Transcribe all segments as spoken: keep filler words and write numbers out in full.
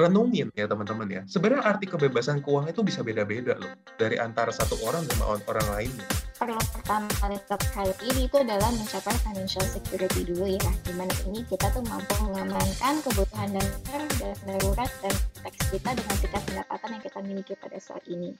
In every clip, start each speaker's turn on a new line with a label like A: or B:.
A: renungin ya teman-teman ya. Sebenarnya arti kebebasan keuangan itu bisa beda-beda loh dari antara satu orang sama orang lainnya.
B: Perlu pertama kali terkait ini itu adalah mencapai financial security dulu ya. Dimana ini kita tuh mampu mengamankan kebutuhan dasar dan darurat dan teks kita dengan tingkat pendapatan yang kita miliki pada saat ini.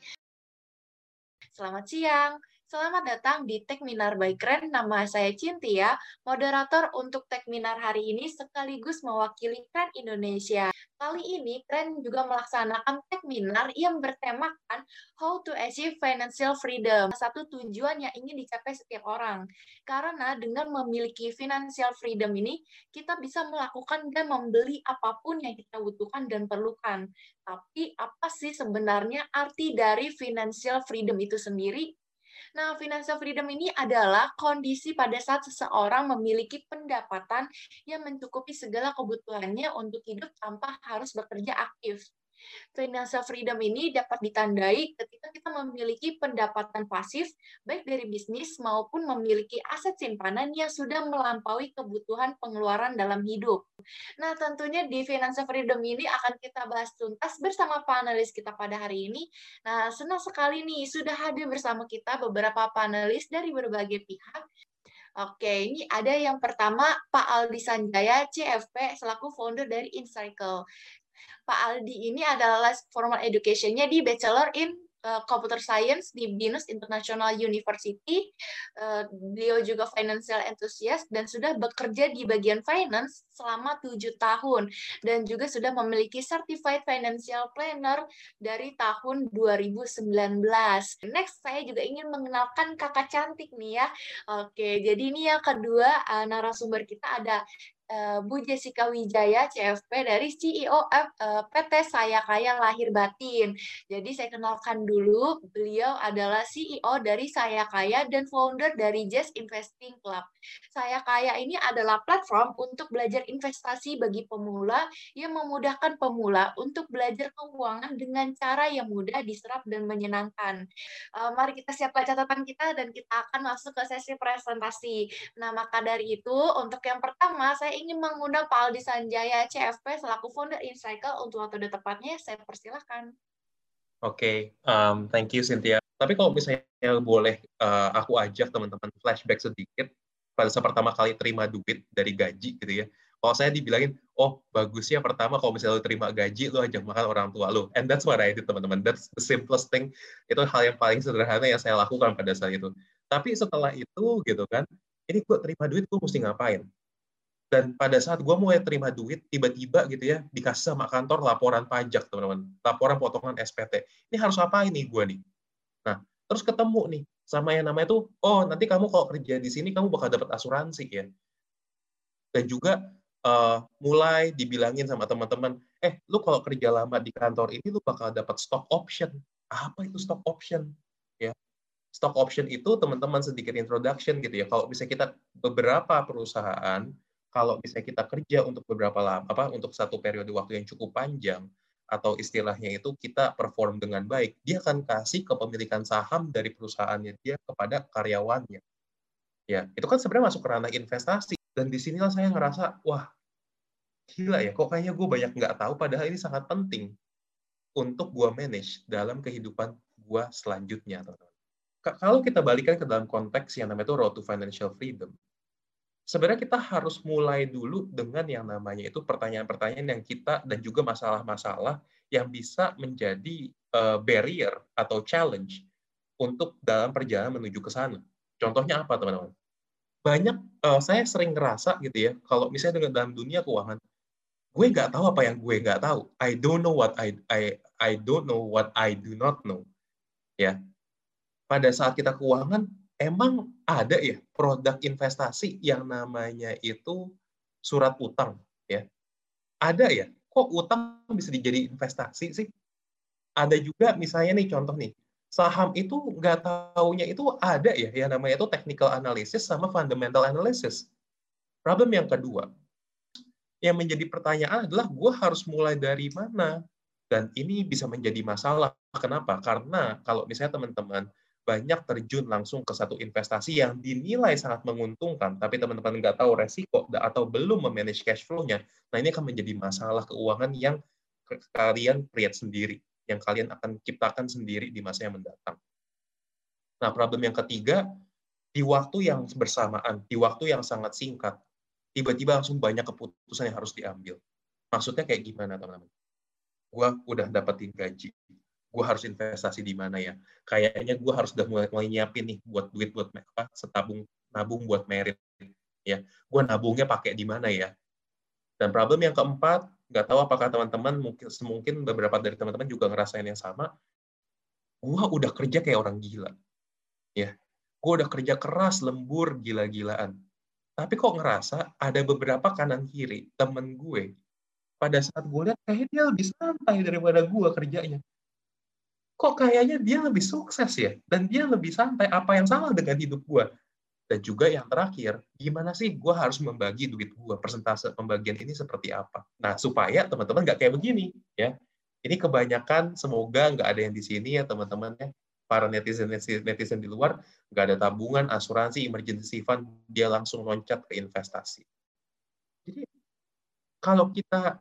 C: Selamat siang, selamat datang di Techminar by Kren. Nama saya Cynthia, moderator untuk Techminar hari ini sekaligus mewakili Kren Indonesia. Kali ini Kren juga melaksanakan Techminar yang bertemakan How to Achieve Financial Freedom. Satu tujuan yang ingin dicapai setiap orang. Karena dengan memiliki financial freedom ini, kita bisa melakukan dan membeli apapun yang kita butuhkan dan perlukan. Tapi apa sih sebenarnya arti dari financial freedom itu sendiri? Nah, financial freedom ini adalah kondisi pada saat seseorang memiliki pendapatan yang mencukupi segala kebutuhannya untuk hidup tanpa harus bekerja aktif. Financial freedom ini dapat ditandai ketika kita memiliki pendapatan pasif, baik dari bisnis maupun memiliki aset simpanan yang sudah melampaui kebutuhan pengeluaran dalam hidup. Nah, tentunya di Financial Freedom ini akan kita bahas tuntas bersama panelis kita pada hari ini. Nah, senang sekali nih sudah hadir bersama kita beberapa panelis dari berbagai pihak. Oke, ini ada yang pertama Pak Aldi Sanjaya, C F P, selaku founder dari InCircle. Pak Aldi ini adalah formal education-nya di Bachelor in uh, Computer Science di Binus International University. Uh, beliau juga financial enthusiast dan sudah bekerja di bagian finance selama tujuh tahun dan juga sudah memiliki Certified Financial Planner dari tahun dua ribu sembilan belas. Next, saya juga ingin mengenalkan kakak cantik nih ya. Oke, jadi ini yang kedua uh, narasumber kita ada Bu Jessica Wijaya, C F P dari C E O P T Saya Kaya Lahir Batin. Jadi saya kenalkan dulu, beliau adalah C E O dari Saya Kaya dan founder dari Jazz Investing Club. Saya Kaya ini adalah platform untuk belajar investasi bagi pemula yang memudahkan pemula untuk belajar keuangan dengan cara yang mudah, diserap, dan menyenangkan. Uh, mari kita siapkan catatan kita dan kita akan masuk ke sesi presentasi. Nah, maka dari itu, untuk yang pertama, saya ingin mengundang Pak Aldi Sanjaya, C F P, selaku founder InCircle untuk waktu tepatnya. Saya persilahkan.
A: Oke, okay, um, thank you Cynthia. Tapi kalau misalnya boleh uh, aku ajak teman-teman flashback sedikit pada saat pertama kali terima duit dari gaji gitu ya. Kalau saya dibilangin, oh bagusnya pertama kalau misalnya lu terima gaji, lu ajak makan orang tua lu. And that's what I did teman-teman. That's the simplest thing. Itu hal yang paling sederhana yang saya lakukan pada saat itu. Tapi setelah itu gitu kan, ini gue terima duit, gue mesti ngapain? Dan pada saat gue mulai terima duit, tiba-tiba gitu ya, dikasih sama kantor laporan pajak, teman-teman. Laporan potongan S P T. Ini harus apa ini gue nih? Nah, terus ketemu nih, sama yang namanya tuh, oh nanti kamu kalau kerja di sini, kamu bakal dapat asuransi ya. Dan juga uh, mulai dibilangin sama teman-teman, eh, lu kalau kerja lama di kantor ini, lu bakal dapat stock option. Apa itu stock option? Ya, stock option itu teman-teman sedikit introduction gitu ya. Kalau bisa kita beberapa perusahaan, kalau misalnya kita kerja untuk beberapa lama, apa untuk satu periode waktu yang cukup panjang, atau istilahnya itu kita perform dengan baik, dia akan kasih kepemilikan saham dari perusahaannya dia kepada karyawannya. Ya, itu kan sebenarnya masuk ke ranah investasi. Dan disinilah saya ngerasa, wah, gila ya, kok kayaknya gue banyak nggak tahu, padahal ini sangat penting untuk gue manage dalam kehidupan gue selanjutnya, teman-teman. Kalau kita balikan ke dalam konteks yang namanya itu Road to Financial Freedom, sebenarnya kita harus mulai dulu dengan yang namanya itu pertanyaan-pertanyaan yang kita dan juga masalah-masalah yang bisa menjadi uh, barrier atau challenge untuk dalam perjalanan menuju ke sana. Contohnya apa, teman-teman? Banyak, uh, saya sering ngerasa gitu ya, kalau misalnya dengan dalam dunia keuangan, gue nggak tahu apa yang gue nggak tahu. I don't know what I I I don't know what I do not know. Ya, pada saat kita keuangan, emang ada ya produk investasi yang namanya itu surat utang, ya? Ada ya? Kok utang bisa dijadi investasi sih? Ada juga misalnya nih contoh nih, saham itu nggak taunya itu ada ya yang namanya itu technical analysis sama fundamental analysis. Problem yang kedua, yang menjadi pertanyaan adalah gue harus mulai dari mana? Dan ini bisa menjadi masalah. Kenapa? Karena kalau misalnya teman-teman banyak terjun langsung ke satu investasi yang dinilai sangat menguntungkan, tapi teman-teman nggak tahu resiko atau belum memanage cash flow-nya, nah ini akan menjadi masalah keuangan yang kalian create sendiri, yang kalian akan ciptakan sendiri di masa yang mendatang. Nah, problem yang ketiga, di waktu yang bersamaan, di waktu yang sangat singkat, tiba-tiba langsung banyak keputusan yang harus diambil. Maksudnya kayak gimana, teman-teman? Gua udah dapetin gaji, gue harus investasi di mana ya? Kayaknya gue harus udah mulai, mulai nyiapin nih buat duit buat apa? Setabung nabung buat merit ya. Gue nabungnya pakai di mana ya? Dan problem yang keempat, nggak tahu apakah teman-teman mungkin semungkin beberapa dari teman-teman juga ngerasain yang sama. Gue udah kerja kayak orang gila, ya. Gue udah kerja keras, lembur, gila-gilaan. Tapi kok ngerasa ada beberapa kanan kiri temen gue pada saat gue lihat kayaknya dia lebih santai daripada gue kerjanya. Kok kayaknya dia lebih sukses ya, dan dia lebih santai, apa yang salah dengan hidup gue? Dan juga yang terakhir, gimana sih gue harus membagi duit gue, persentase pembagian ini seperti apa? Nah, supaya teman-teman nggak kayak begini, ya. Ini kebanyakan, semoga nggak ada yang di sini ya teman-teman, ya. Para netizen-netizen di luar, nggak ada tabungan, asuransi, emergency fund, dia langsung loncat ke investasi. Jadi, kalau kita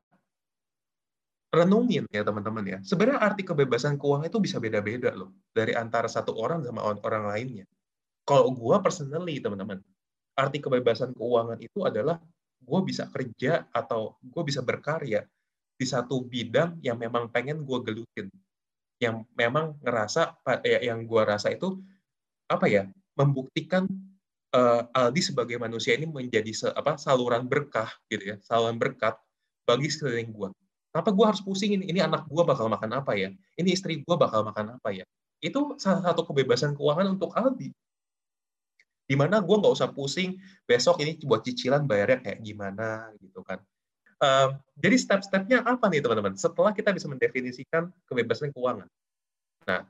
A: renungin ya teman-teman ya, sebenarnya arti kebebasan keuangan itu bisa beda-beda loh, dari antara satu orang sama orang lainnya. Kalau gue personally teman-teman, arti kebebasan keuangan itu adalah gue bisa kerja atau gue bisa berkarya di satu bidang yang memang pengen gue gelutin, yang memang ngerasa, yang gue rasa itu apa ya, membuktikan uh, Aldi sebagai manusia ini menjadi apa saluran berkah gitu ya, saluran berkat bagi sekeliling gue. Kenapa gue harus pusingin, ini anak gue bakal makan apa ya? Ini istri gue bakal makan apa ya? Itu salah satu kebebasan keuangan untuk Aldi. Di mana gue nggak usah pusing, besok ini buat cicilan bayarnya kayak gimana, gitu kan. Uh, jadi step-stepnya apa nih, teman-teman? Setelah kita bisa mendefinisikan kebebasan keuangan. Nah,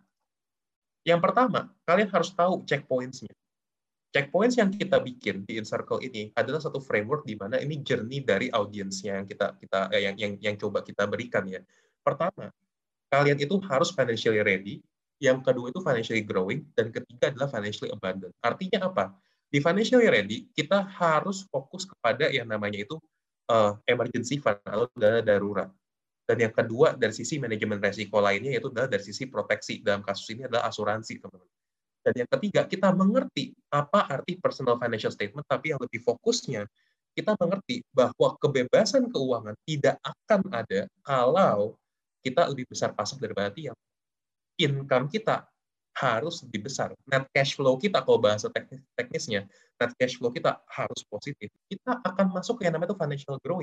A: yang pertama, kalian harus tahu checkpoints-nya. Checkpoints yang kita bikin di InCircle ini adalah satu framework di mana ini journey dari audiensnya yang kita kita eh, yang yang yang coba kita berikan ya. Pertama, kalian itu harus financially ready. Yang kedua itu financially growing, dan ketiga adalah financially abundant. Artinya apa? Di financially ready, kita harus fokus kepada yang namanya itu uh, emergency fund atau dana darurat. Dan yang kedua dari sisi manajemen resiko lainnya yaitu adalah dari sisi proteksi. Dalam kasus ini adalah asuransi, teman-teman. Dan yang ketiga, kita mengerti apa arti personal financial statement, tapi yang lebih fokusnya, kita mengerti bahwa kebebasan keuangan tidak akan ada kalau kita lebih besar pasif daripada tiang. Income kita harus lebih besar. Net cash flow kita, kalau bahasa teknis, teknisnya, net cash flow kita harus positif. Kita akan masuk ke yang namanya itu financial growing.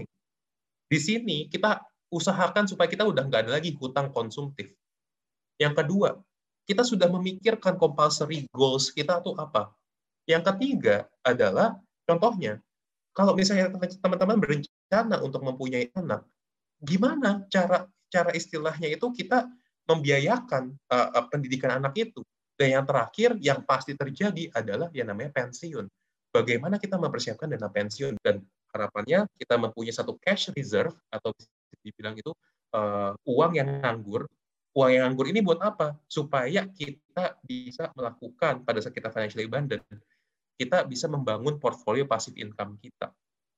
A: Di sini, kita usahakan supaya kita udah nggak ada lagi hutang konsumtif. Yang kedua, kita sudah memikirkan compulsory goals kita tuh apa. Yang ketiga adalah, contohnya, kalau misalnya teman-teman berencana untuk mempunyai anak, gimana cara cara istilahnya itu kita membiayakan uh, pendidikan anak itu. Dan yang terakhir, yang pasti terjadi adalah yang namanya pensiun. Bagaimana kita mempersiapkan dana pensiun, dan harapannya kita mempunyai satu cash reserve, atau dibilang itu uh, uang yang nganggur. Uang yang nganggur ini buat apa? Supaya kita bisa melakukan, pada saat kita financially abundant, kita bisa membangun portfolio passive income kita.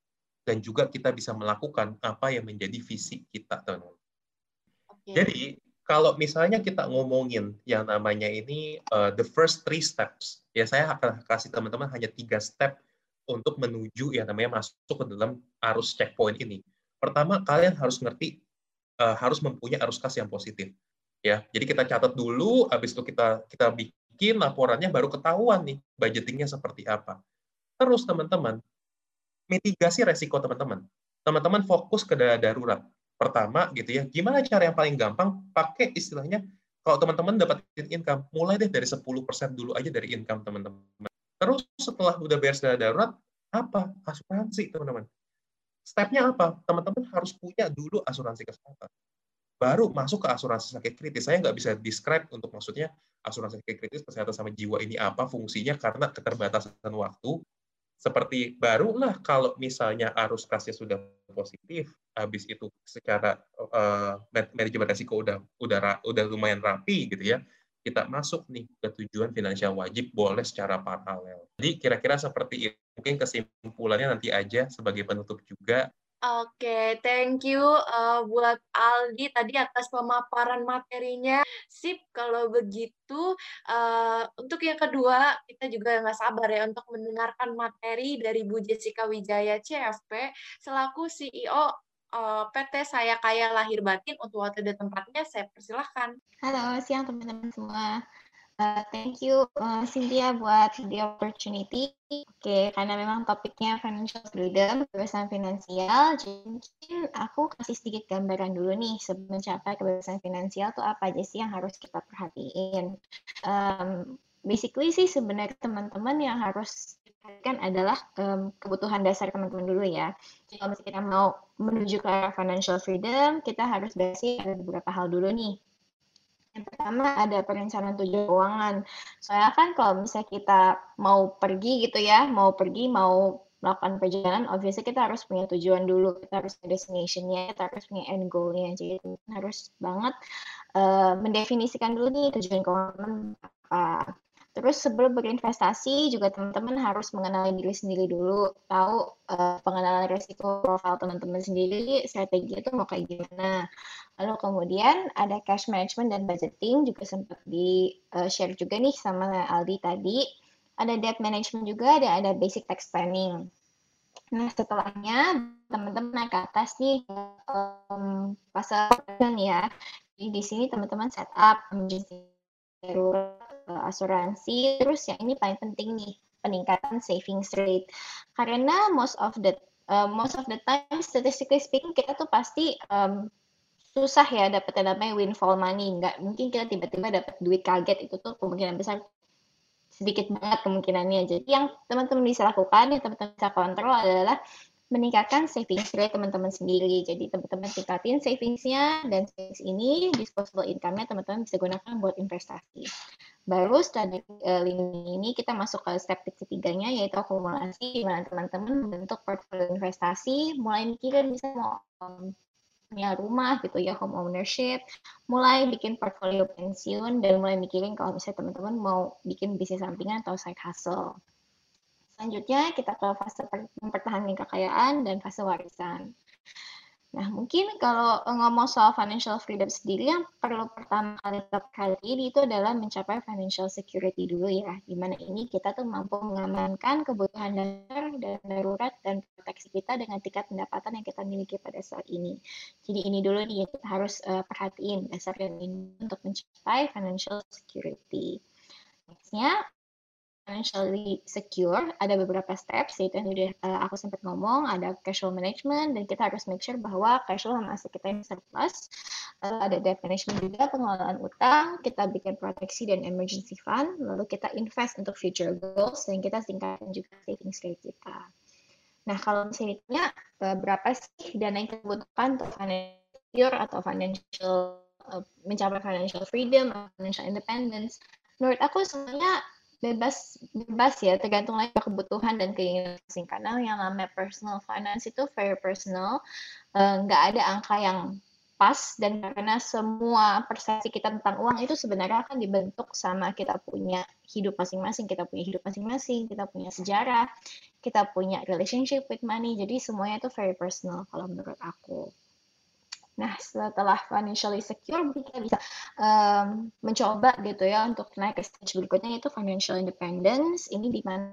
A: Dan juga kita bisa melakukan apa yang menjadi visi kita, teman-teman. Okay. Jadi, kalau misalnya kita ngomongin yang namanya ini, uh, the first three steps, ya saya akan kasih teman-teman hanya tiga step untuk menuju yang namanya masuk ke dalam arus checkpoint ini. Pertama, kalian harus ngerti, uh, harus mempunyai arus kas yang positif. Ya, jadi kita catat dulu, habis itu kita kita bikin laporannya, baru ketahuan nih budgetingnya seperti apa. Terus teman-teman, mitigasi resiko teman-teman. Teman-teman fokus ke dana darurat. Pertama, gitu ya, gimana cara yang paling gampang? Pakai istilahnya, kalau teman-teman dapatin income, mulai deh dari sepuluh persen dulu aja dari income teman-teman. Terus setelah udah beres dana darurat, apa? Asuransi, teman-teman. Stepnya apa? Teman-teman harus punya dulu asuransi kesehatan. Baru masuk ke asuransi sakit kritis. Saya nggak bisa describe untuk maksudnya asuransi sakit kritis, kesehatan sama jiwa ini apa fungsinya, karena keterbatasan waktu. Seperti barulah kalau misalnya arus kasnya sudah positif, habis itu secara uh, manajemen risiko udah udah udah lumayan rapi gitu ya, kita masuk nih ke tujuan finansial wajib boleh secara paralel. Jadi kira-kira seperti itu. Mungkin kesimpulannya nanti aja sebagai penutup juga,
C: Oke, thank you uh, buat Aldi tadi atas pemaparan materinya. Sip, kalau begitu uh, untuk yang kedua kita juga nggak sabar ya untuk mendengarkan materi dari Bu Jessica Wijaya C F P selaku C E O uh, P T Saya Kaya Lahir Batin. Untuk waktu dan tempatnya saya persilahkan.
B: Halo, siang teman-teman semua. Uh, thank you uh, Cynthia buat the opportunity. Oke, okay, karena memang topiknya financial freedom, kebebasan finansial, jadi mungkin aku kasih sedikit gambaran dulu nih sebelum mencapai kebebasan finansial tuh apa aja sih yang harus kita perhatiin. Um, basically sih sebenarnya teman-teman yang harus kan adalah um, kebutuhan dasar teman-teman dulu ya. Jadi kalau misalnya kita mau menuju ke financial freedom, kita harus basic ada beberapa hal dulu nih. Yang pertama ada perencanaan tujuan keuangan. Soalnya kan kalau misalnya kita mau pergi gitu ya, mau pergi, mau melakukan perjalanan, obviously kita harus punya tujuan dulu, kita harus punya destination-nya, kita harus punya end goal-nya. Jadi harus banget uh, mendefinisikan dulu nih tujuan keuangan apa. Terus sebelum berinvestasi juga teman-teman harus mengenali diri sendiri dulu, tahu uh, pengenalan risiko profil teman-teman sendiri, strategi itu mau kayak gimana. Lalu kemudian ada cash management dan budgeting juga sempat di-share juga nih sama Aldi tadi. Ada debt management juga, ada ada basic tax planning. Nah, setelahnya teman-teman naik ke atas nih um, fase ya. Jadi di sini teman-teman set up emergency darurat, asuransi, terus yang ini paling penting nih, peningkatan savings rate. Karena most of the uh, most of the time statistically speaking kita tuh pasti um, susah ya dapat yang namanya windfall money. Nggak mungkin kita tiba-tiba dapat duit kaget, itu tuh kemungkinan besar sedikit banget kemungkinannya. Jadi yang teman-teman bisa lakukan, yang teman-teman bisa kontrol adalah meningkatkan savings rate teman-teman sendiri. Jadi teman-teman tingkatin savings-nya, dan savings ini disposable income-nya teman-teman bisa gunakan buat investasi. Baru setelah uh, ini kita masuk ke step ketiganya, yaitu akumulasi, di mana teman-teman membentuk portfolio investasi, mulai mikirin bisa mau um, punya rumah gitu ya, home ownership, mulai bikin portfolio pensiun, dan mulai mikirin kalau misalnya teman-teman mau bikin bisnis sampingan atau side hustle. Selanjutnya kita ke fase mempertahankan kekayaan dan fase warisan. Nah, mungkin kalau ngomong soal financial freedom sendiri, yang perlu pertama kali kita perhatiin itu adalah mencapai financial security dulu ya, di mana ini kita tuh mampu mengamankan kebutuhan dasar dan darurat dan proteksi kita dengan tingkat pendapatan yang kita miliki pada saat ini. Jadi ini dulu nih yang kita harus uh, perhatiin dasar dan ini untuk mencapai financial security. Nextnya, financially secure, ada beberapa steps, yaitu yang udah uh, aku sempat ngomong, ada cash flow management, dan kita harus make sure bahwa cash flow sama aset kita yang surplus. Uh, ada debt management juga, pengelolaan utang, kita bikin proteksi dan emergency fund, lalu kita invest untuk future goals, dan kita tingkatkan juga savings rate kita. Nah, kalau misalnya uh, berapa sih dana yang kita butuhkan untuk financial atau financial uh, mencapai financial freedom, financial independence, menurut aku sebenarnya bebas bebas ya, tergantung lagi kebutuhan dan keinginan masing. Karena yang namanya personal finance itu very personal, nggak uh, ada angka yang pas, dan karena semua persepsi kita tentang uang itu sebenarnya akan dibentuk sama kita punya hidup masing-masing, kita punya hidup masing-masing, kita punya sejarah, kita punya relationship with money, jadi semuanya itu very personal kalau menurut aku. Nah, setelah financially secure, mungkin kita bisa um, mencoba gitu ya untuk naik ke stage berikutnya, yaitu financial independence. Ini di mana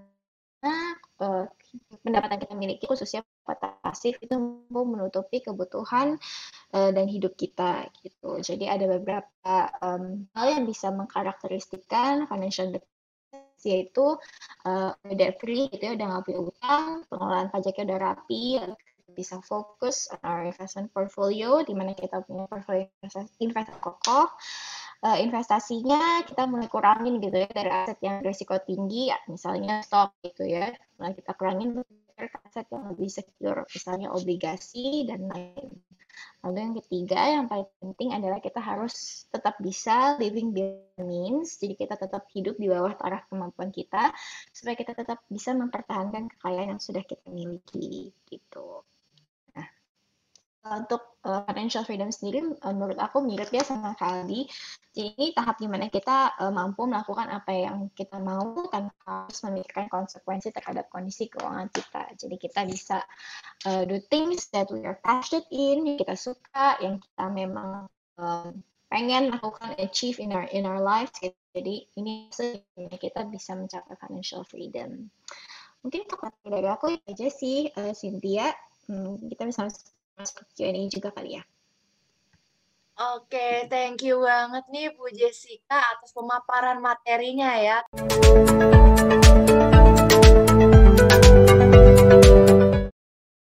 B: uh, pendapatan kita miliki, khususnya pasif, itu mampu menutupi kebutuhan uh, dan hidup kita gitu. Jadi ada beberapa um, hal yang bisa mengkarakteristikkan financial independence, yaitu uh, debt free gitu ya, udah nggak punya utang, pengelolaan pajaknya udah rapi, bisa fokus on our investment portfolio, di mana kita punya portfolio investasi kokoh. Uh, investasinya kita mulai kurangin gitu ya dari aset yang risiko tinggi, misalnya stok gitu ya. Nah, kita kurangin ke aset yang lebih secure, misalnya obligasi dan lain. Lalu yang ketiga, yang paling penting adalah kita harus tetap bisa living beyond means, jadi kita tetap hidup di bawah taraf kemampuan kita, supaya kita tetap bisa mempertahankan kekayaan yang sudah kita miliki gitu. untuk uh, financial freedom sendiri, uh, menurut aku mirip ya sama Kaldi. Jadi ini tahap dimana kita uh, mampu melakukan apa yang kita mau tanpa harus memikirkan konsekuensi terhadap kondisi keuangan kita. Jadi kita bisa uh, do things that we are passionate in, yang kita suka, yang kita memang uh, pengen lakukan, achieve in our in our lives. Jadi ini sebenarnya kita bisa mencapai financial freedom. Mungkin untuk materi dari aku itu aja sih, uh, Cynthia. Hmm, kita bisa masuk Q and A juga kali ya.
C: Oke, thank you banget nih Bu Jessica atas pemaparan materinya ya.